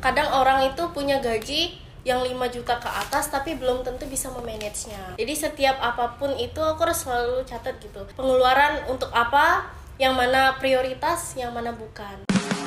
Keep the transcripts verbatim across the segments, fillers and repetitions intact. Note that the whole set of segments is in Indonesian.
kadang orang itu punya gaji yang lima juta ke atas tapi belum tentu bisa memanagenya. Jadi setiap apapun itu aku harus selalu catat gitu. Pengeluaran untuk apa, yang mana prioritas, yang mana bukan.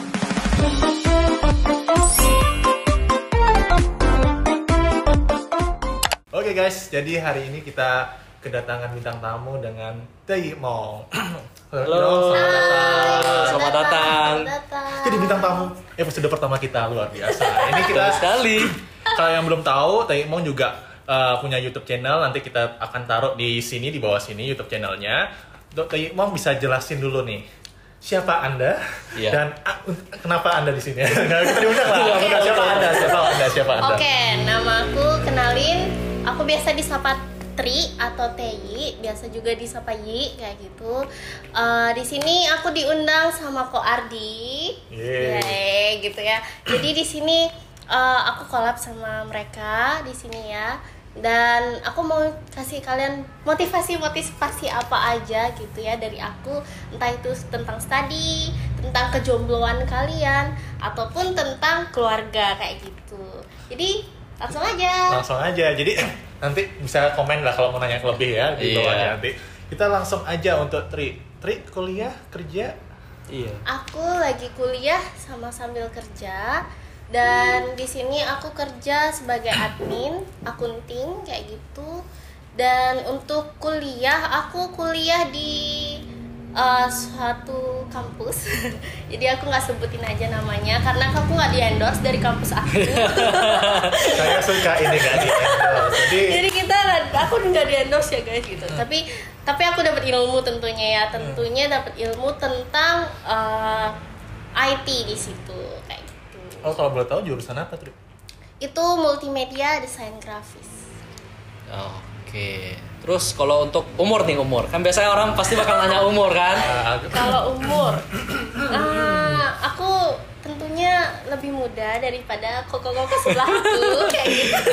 Oke guys, jadi hari ini kita kedatangan bintang tamu dengan Tei Mong. Halo, selamat datang. Selamat datang. Jadi bintang tamu episode pertama kita luar biasa. Ini kita Betul sekali. Kalau yang belum tahu, Tei Mong juga uh, punya YouTube channel. Nanti kita akan taruh di sini, di bawah sini YouTube channelnya. Tei Mong bisa jelasin dulu nih, siapa Anda Iya. dan uh, kenapa Anda di sini? Nah, kita diundang lah. Oke, siapa oke. Anda? Siapa Anda? Siapa Anda? Oke, nama aku kenalin. Aku biasa disapa Tri atau Tei, biasa juga disapa Yi kayak gitu. Uh, di sini aku diundang sama Ko Ardi, Yeay. Yeay, gitu ya. Jadi di sini uh, aku collab sama mereka di sini ya. Dan aku mau kasih kalian motivasi-motivasi apa aja gitu ya dari aku, entah itu tentang studi, tentang kejombloan kalian, ataupun tentang keluarga kayak gitu. Jadi langsung aja. Langsung aja. Jadi nanti bisa komen lah kalau mau nanya lebih ya di Iya. bawahnya nanti. Kita langsung aja untuk Tri. Tri kuliah, kerja. Iya. Aku lagi kuliah sama sambil kerja. Dan di sini aku kerja sebagai admin, akunting kayak gitu. Dan untuk kuliah, aku kuliah di uh, suatu kampus. Jadi aku nggak sebutin aja namanya karena aku nggak di endorse dari kampus aku. Saya suka ini gak di endorse. Jadi Jadi kita aku nggak di endorse ya guys gitu. Tapi tapi aku dapat ilmu tentunya ya, tentunya dapat ilmu tentang uh, I T di situ kayak gitu. oh kalau boleh tahu jurusan apa, Tri? Itu multimedia desain grafis. Oke. Terus kalau untuk umur nih umur, kan biasanya orang pasti bakal nanya umur kan? Ah, aku- Kalau umur, ah, aku tentunya lebih muda daripada koko-koko sebelahku kayak gitu.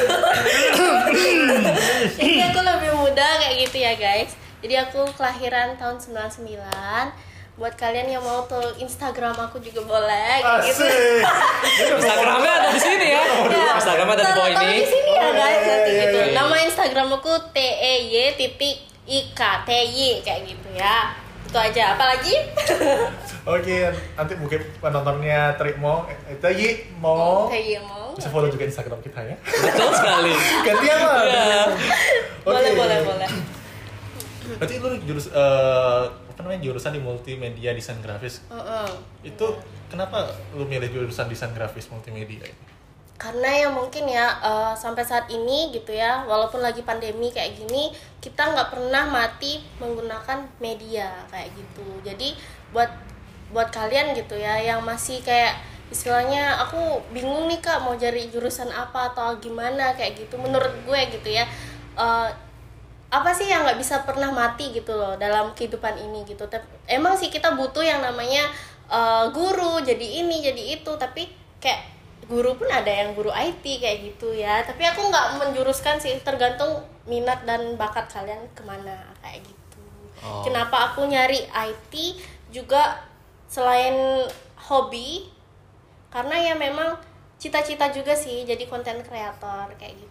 Jadi aku lebih muda kayak gitu ya guys. Jadi aku kelahiran tahun sembilan puluh sembilan. Buat kalian yang mau tuh Instagram aku juga boleh kayak gitu. Asik. Instagramnya ada di sini ya. Ya, Instagramnya ada di bawah taruh ini. di sini ya guys, nanti iya, gitu. iya, iya. Nama Instagram aku T E Y titik I K T Y kayak gitu ya. Itu aja. Apalagi? Oke, nanti mungkin penontonnya Tri Mong, eh, Tei Mong T Y mau. bisa follow juga Instagram kita ya. Betul sekali. Gantian lah. Iya. Boleh, Oke. boleh, boleh. Berarti lu jurus eh, apa namanya jurusan di multimedia desain grafis. Heeh. Itu kenapa lu milih jurusan desain grafis multimedia ini? Karena ya mungkin ya eh, sampai saat ini gitu ya, walaupun lagi pandemi kayak gini, kita nggak pernah mati menggunakan media kayak gitu. Jadi buat buat kalian gitu ya yang masih kayak istilahnya aku bingung nih Kak mau cari jurusan apa atau gimana kayak gitu. Menurut gue gitu ya, eh, apa sih yang nggak bisa pernah mati gitu loh dalam kehidupan ini gitu. Tapi emang sih kita butuh yang namanya eh, guru, jadi ini jadi itu, tapi kayak guru pun ada yang guru I T kayak gitu ya. Tapi aku nggak menjuruskan sih, tergantung minat dan bakat kalian kemana kayak gitu. Oh. Kenapa aku nyari I T juga selain hobi, karena ya memang cita-cita juga sih jadi konten kreator kayak gitu.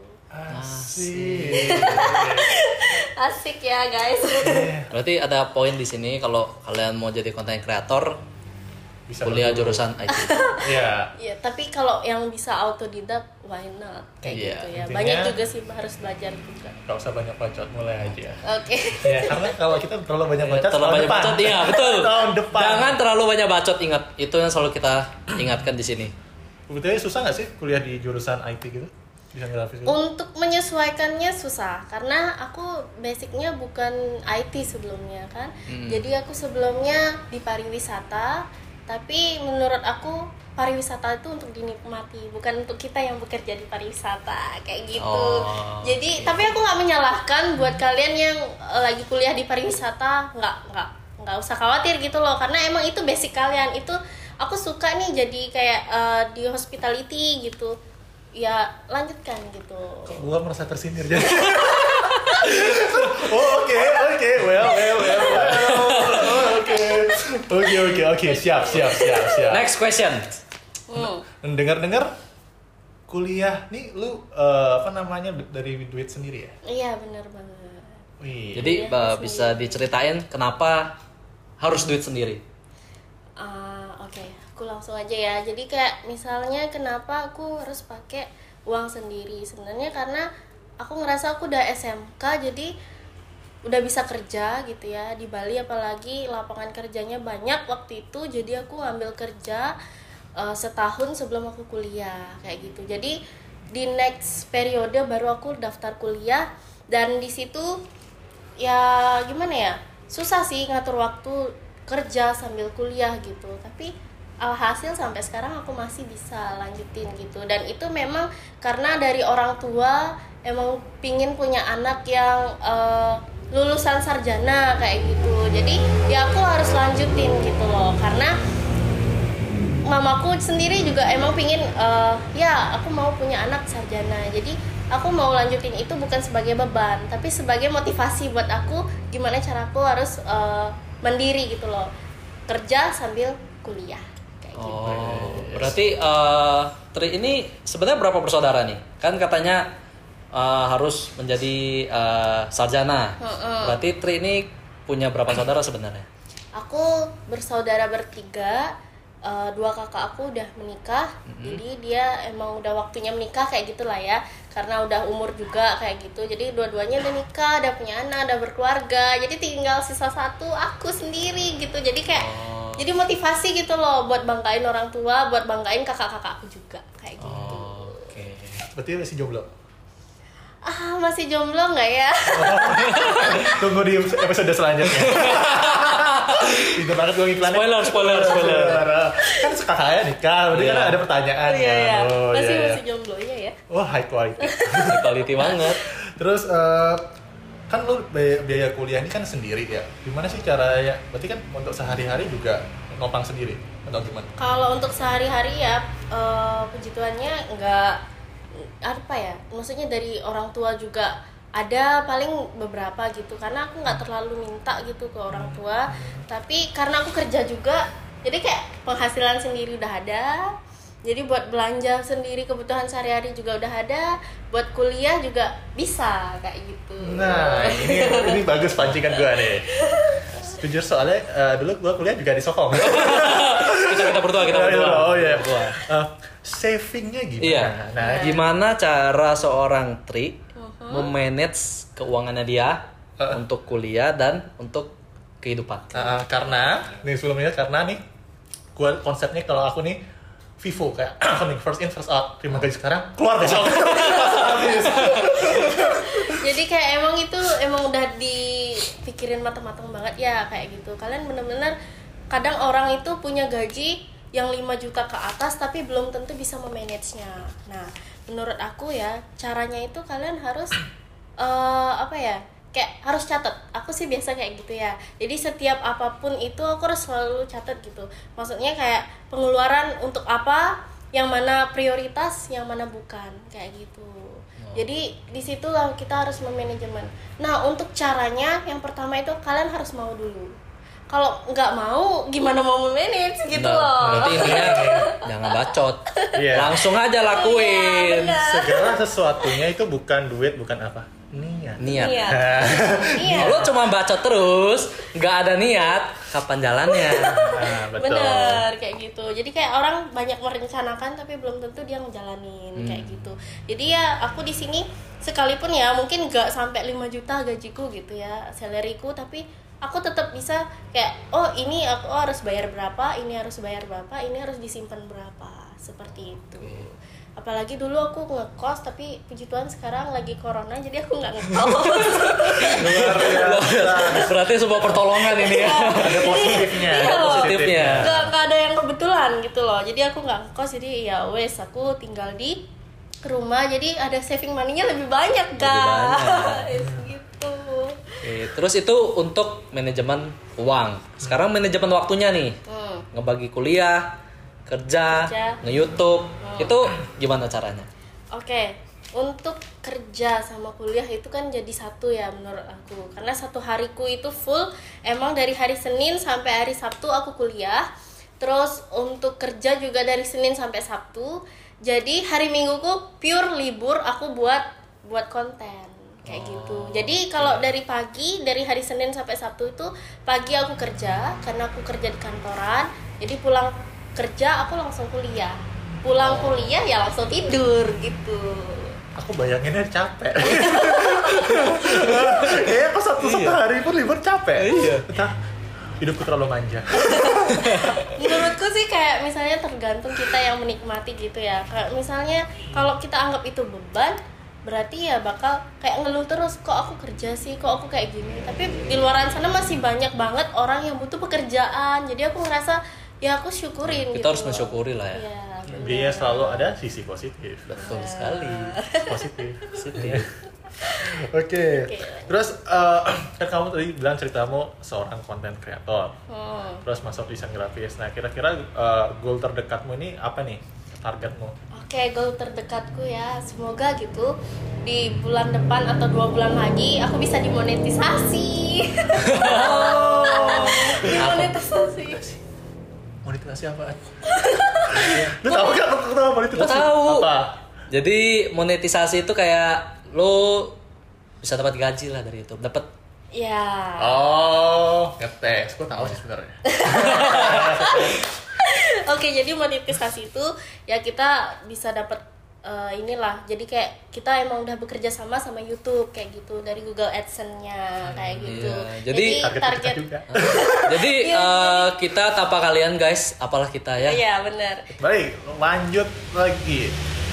Asik. Asik ya guys. Berarti ada poin di sini kalau kalian mau jadi konten kreator, Bisa kuliah berdua. jurusan I T. Iya. Ya, tapi kalau yang bisa autodidak, why not? Kayak Iya, gitu ya. intinya- Banyak juga sih harus belajar juga. Gak usah banyak bacot, mulai aja. Oke. Ya, karena kalau kita terlalu banyak bacot, Terlalu tahun banyak depan. bacot, iya betul. Tahun depan. Jangan terlalu banyak bacot, ingat. Itu yang selalu kita ingatkan di sini. Sebetulnya susah nggak sih kuliah di jurusan I T gitu? Desain grafis gitu? Untuk menyesuaikannya susah karena aku basicnya bukan I T sebelumnya kan. Hmm. Jadi aku sebelumnya di pariwisata, tapi menurut aku pariwisata itu untuk dinikmati, bukan untuk kita yang bekerja di pariwisata kayak gitu. Oh, Jadi tapi aku nggak menyalahkan buat kalian yang eh, lagi kuliah di pariwisata, nggak nggak nggak usah khawatir gitu loh, karena emang itu basic kalian. Itu aku suka nih jadi kayak eh, di hospitality gitu. Ya lanjutkan gitu. Gua merasa tersindir jadi. Oh oke oke well well well well. Oh, Oke oke oke oke siap siap siap siap. Next question. Hmm. dengar-dengar kuliah nih lu uh, apa namanya dari duit sendiri ya? Iya benar banget. Wih. Jadi uh, bisa diceritain kenapa harus duit sendiri? Uh, Oke, okay. Aku langsung aja ya. Jadi kayak misalnya kenapa aku harus pakai uang sendiri? Sebenarnya karena aku ngerasa aku udah S M K, jadi udah bisa kerja gitu ya di Bali, apalagi lapangan kerjanya banyak waktu itu. Jadi aku ngambil kerja uh, setahun sebelum aku kuliah kayak gitu. Jadi di next periode baru aku daftar kuliah, dan di situ ya gimana ya, susah sih ngatur waktu kerja sambil kuliah gitu. Tapi alhasil sampai sekarang aku masih bisa lanjutin gitu. Dan itu memang karena dari orang tua emang pingin punya anak yang uh, lulusan sarjana kayak gitu. Jadi ya aku harus lanjutin gitu loh, karena mamaku sendiri juga emang pingin uh, ya aku mau punya anak sarjana. Jadi aku mau lanjutin itu bukan sebagai beban, tapi sebagai motivasi buat aku gimana cara aku harus uh, mandiri gitu loh, kerja sambil kuliah kayak gitu. Oh, berarti uh, Tri ini sebenarnya berapa bersaudara nih? Kan katanya uh, harus menjadi uh, sarjana. Hmm-hmm. Berarti Tri ini punya berapa saudara sebenarnya? Aku bersaudara bertiga. Uh, dua kakak aku udah menikah, mm-hmm. jadi dia emang udah waktunya menikah kayak gitulah ya, karena udah umur juga kayak gitu. Jadi dua-duanya udah nikah, udah punya anak, udah berkeluarga. Jadi tinggal sisa satu aku sendiri gitu. Jadi kayak oh. jadi motivasi gitu loh buat banggain orang tua, buat banggain kakak-kakak aku juga kayak gitu. Oh, oke. Okay. Berarti masih jomblo? Ah, masih jomblo nggak ya? Oh. Tunggu di episode selanjutnya. Itu banget gue ngiklannya. Spoiler, spoiler, spoiler. Kan kakaknya nikah, berarti yeah. kan ada pertanyaan. Oh, iya, iya. Oh, masih iya, masih jomblo ya ya. Wah, high quality. High quality banget. Terus uh, kan lu biaya, biaya kuliah ini kan sendiri ya. Gimana sih caranya? Berarti kan untuk sehari-hari juga nopang sendiri atau gimana? Kalau untuk sehari-hari ya uh, puji Tuhannya enggak apa ya, maksudnya dari orang tua juga ada paling beberapa gitu, karena aku nggak terlalu minta gitu ke orang tua. Tapi karena aku kerja juga, jadi kayak penghasilan sendiri udah ada, jadi buat belanja sendiri kebutuhan sehari-hari juga udah ada, buat kuliah juga bisa kayak gitu. Nah ini ini bagus pancingan gue nih. Jujur soalnya uh, dulu gue kuliah juga di Sokong. kita kita berdua kita berdua. Oh iya. Uh, savingnya gimana? Iya. Nah, yeah. Gimana cara seorang Tri uh-huh. memanage keuangannya dia uh. untuk kuliah dan untuk kehidupan? Uh, karena nih sebelumnya karena nih, gua konsepnya kalau aku nih Vivo kayak first in first out, terima gaji sekarang keluar besok. Jadi kayak emang itu emang udah dipikirin matang-matang banget ya kayak gitu. Kalian bener-bener kadang orang itu punya gaji yang lima juta ke atas tapi belum tentu bisa memanage-nya. Nah, menurut aku ya, caranya itu kalian harus uh, apa ya? Kayak harus catat. Aku sih biasa kayak gitu ya. Jadi setiap apapun itu aku harus selalu catat gitu. Maksudnya kayak pengeluaran untuk apa, yang mana prioritas, yang mana bukan, kayak gitu. Oh. Jadi di situlah kita harus memanajemen. Nah, untuk caranya yang pertama itu kalian harus mau dulu. Kalau nggak mau, gimana mau memanage gitu nah, loh. Berarti intinya jangan bacot, yeah. Langsung aja lakuin. Iya, segala sesuatunya itu bukan duit, bukan apa, niat. Niat. Niat. Iya. Lo cuma bacot terus, nggak ada niat, kapan jalannya? Nah, betul. Bener kayak gitu. Jadi kayak orang banyak merencanakan tapi belum tentu dia ngejalanin hmm. kayak gitu. Jadi ya aku di sini sekalipun ya mungkin nggak sampai lima juta gajiku gitu ya, salariku, tapi aku tetap bisa kayak oh ini aku oh, harus bayar berapa, ini harus bayar berapa, ini harus disimpan berapa, seperti itu. Okay. Apalagi dulu aku ngekos, tapi puji Tuhan sekarang lagi corona jadi aku nggak ngekos. Berarti sebuah pertolongan ini ya. Ada positifnya. Iya, ada positifnya. Nggak, nggak ada yang kebetulan gitu loh. Jadi aku nggak ngekos, jadi ya wes aku tinggal di rumah, jadi ada saving money-nya lebih banyak guys. Gitu. Oke, terus itu untuk manajemen uang. Sekarang manajemen waktunya nih, hmm. ngebagi kuliah, kerja, kerja. nge-YouTube, hmm. itu gimana caranya? Oke, untuk kerja sama kuliah itu kan jadi satu ya menurut aku. Karena satu hariku itu full, emang dari hari Senin sampai hari Sabtu aku kuliah. Terus untuk kerja juga dari Senin sampai Sabtu. Jadi hari Mingguku pure libur, aku buat buat konten kayak oh, gitu. Jadi kalau okay. dari pagi, dari hari Senin sampai Sabtu itu pagi aku kerja karena aku kerja di kantoran. Jadi pulang kerja aku langsung kuliah. Pulang oh. kuliah ya langsung tidur gitu. Aku bayanginnya capek. Kayaknya aku satu satu iya. hari pun libur capek. Iya. Entah, hidupku terlalu manja. Menurutku sih kayak misalnya tergantung kita yang menikmati gitu ya. Kayak misalnya kalau kita anggap itu beban, berarti ya bakal kayak ngeluh terus, kok aku kerja sih, kok aku kayak gini. Tapi di luaran sana masih banyak banget orang yang butuh pekerjaan. Jadi aku ngerasa ya aku syukurin. Kita gitu. harus mensyukuri lah ya. Ya dia selalu ada sisi positif. Betul ya. sekali. Positif. Positif. Oke. Okay. Okay. Terus uh, kan kamu tadi bilang ceritamu seorang konten kreator. Hmm. Terus masuk desain grafis. Nah, kira-kira uh, goal terdekatmu ini apa nih? Targetmu? Oke, okay, goal terdekatku ya. Semoga gitu di bulan depan atau dua bulan lagi aku bisa dimonetisasi. Oh. Dimonetisasi. Monetisasi apa? Lu tahu kan aku tahu monetisasi? Tahu. Apa? Jadi monetisasi itu kayak lo bisa dapat gaji lah dari YouTube, dapat. Ya. Oh, ngetes. Gue tahu sih sebenarnya. Oke, jadi monetisasi itu ya kita bisa dapat uh, inilah. Jadi kayak kita emang udah bekerja sama sama YouTube kayak gitu dari Google AdSense-nya kayak gitu. Iya. Jadi, jadi target, target kita juga. Jadi uh, kita tanpa kalian guys, apalah kita ya. Iya, benar. Baik, lanjut lagi.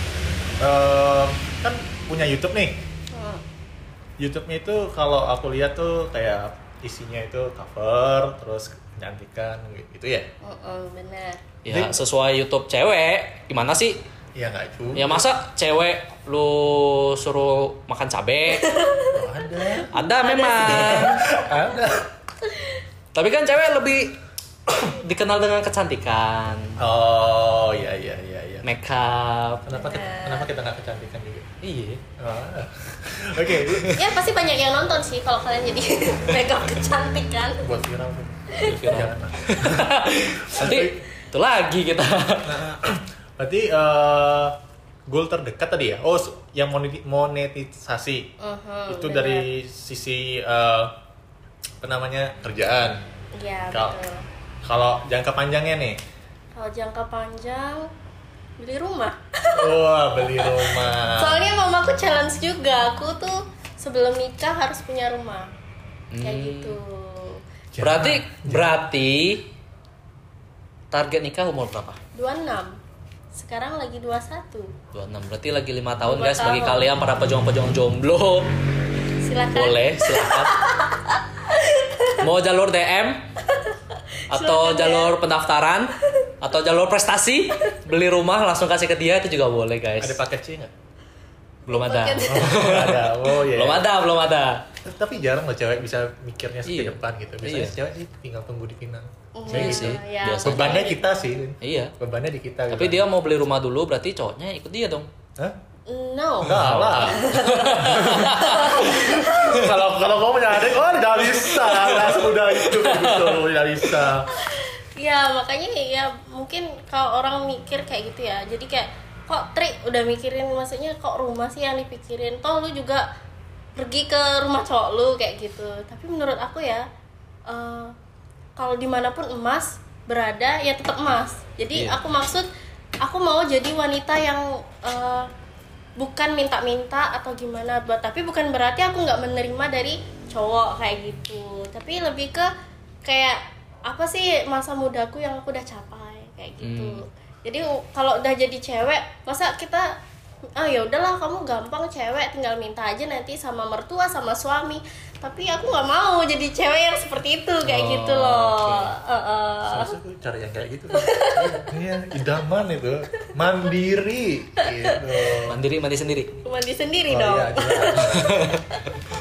Uh, kan punya YouTube nih. Hmm. YouTube-nya itu kalau aku lihat tuh kayak isinya itu cover, terus kecantikan gitu ya. Oh, oh benar. Ya jadi, sesuai YouTube cewek, gimana sih? Ya nggak juga. Ya masa cewek lu suruh makan cabe? Oh, ada. Ada memang. Ada. Tapi kan cewek lebih dikenal dengan kecantikan. Oh iya iya iya iya. Make up. Kenapa kita, kenapa kita nggak kecantikan juga? Iya. Oh. Oke. Okay. Ya pasti banyak yang nonton sih kalau kalian jadi make up kecantikan. Buat viral. Viral. Jangan. Nanti itu lagi kita. Berarti uh, goal terdekat tadi ya? Oh, yang monetisasi. Uh-huh, itu bener. dari sisi uh, apa namanya kerjaan. Iya, Kalo, betul. Kalau jangka panjangnya nih? Kalau jangka panjang beli rumah. Wah, beli rumah. Soalnya mamaku challenge juga, aku tuh sebelum nikah harus punya rumah. Kayak Hmm. gitu. Berarti berarti target nikah umur berapa? dua puluh enam. Sekarang lagi dua puluh satu. dua puluh enam. Berarti lagi lima tahun lima guys tahun. bagi kalian para pejuang-pejuang jomblo. Silakan. Boleh, silakan. Mau jalur D M atau Silakan, jalur ya. pendaftaran atau jalur prestasi, beli rumah langsung kasih ke dia itu juga boleh guys. Ada paket C nggak? Belum ada. Paket. Oh, ada. Oh iya. Belum ada, belum ada. Tapi jarang loh cewek bisa mikirnya ke Iya. depan gitu. Biasanya Iya. cewek sih tinggal tunggu di Pinang. Iya Iya sih, ya. biasa. Bebannya kita sih. Iya. Bebannya di kita. Tapi dia mau beli rumah dulu berarti cowoknya ikut dia dong. Hah? No. Enggak lah. Kalau kalau kamu punya adik, oh tidak bisa, nggak semudah itu gitu, tidak bisa. Ya makanya ya mungkin kalau orang mikir kayak gitu ya. Jadi kayak kok Tri udah mikirin, maksudnya kok rumah sih yang dipikirin. Toh lu juga pergi ke rumah cowok lu kayak gitu. Tapi menurut aku ya, uh, kalau dimanapun emas berada ya tetap emas. Jadi Iya. aku maksud aku mau jadi wanita yang uh, bukan minta-minta atau gimana, buat tapi bukan berarti aku nggak menerima dari cowok kayak gitu. Tapi lebih ke kayak apa sih masa mudaku yang aku udah capai kayak gitu. Hmm. Jadi kalau udah jadi cewek, masa kita ah ya udahlah kamu gampang cewek tinggal minta aja nanti sama mertua sama suami. Tapi aku nggak mau jadi cewek yang seperti itu kayak Oh, gitu loh. okay. Uh, uh. Seharusnya gue cari yang kayak gitu. Iya, idaman itu, mandiri gitu. Mandiri mandi sendiri. Mandi sendiri Oh dong. iya, jelas.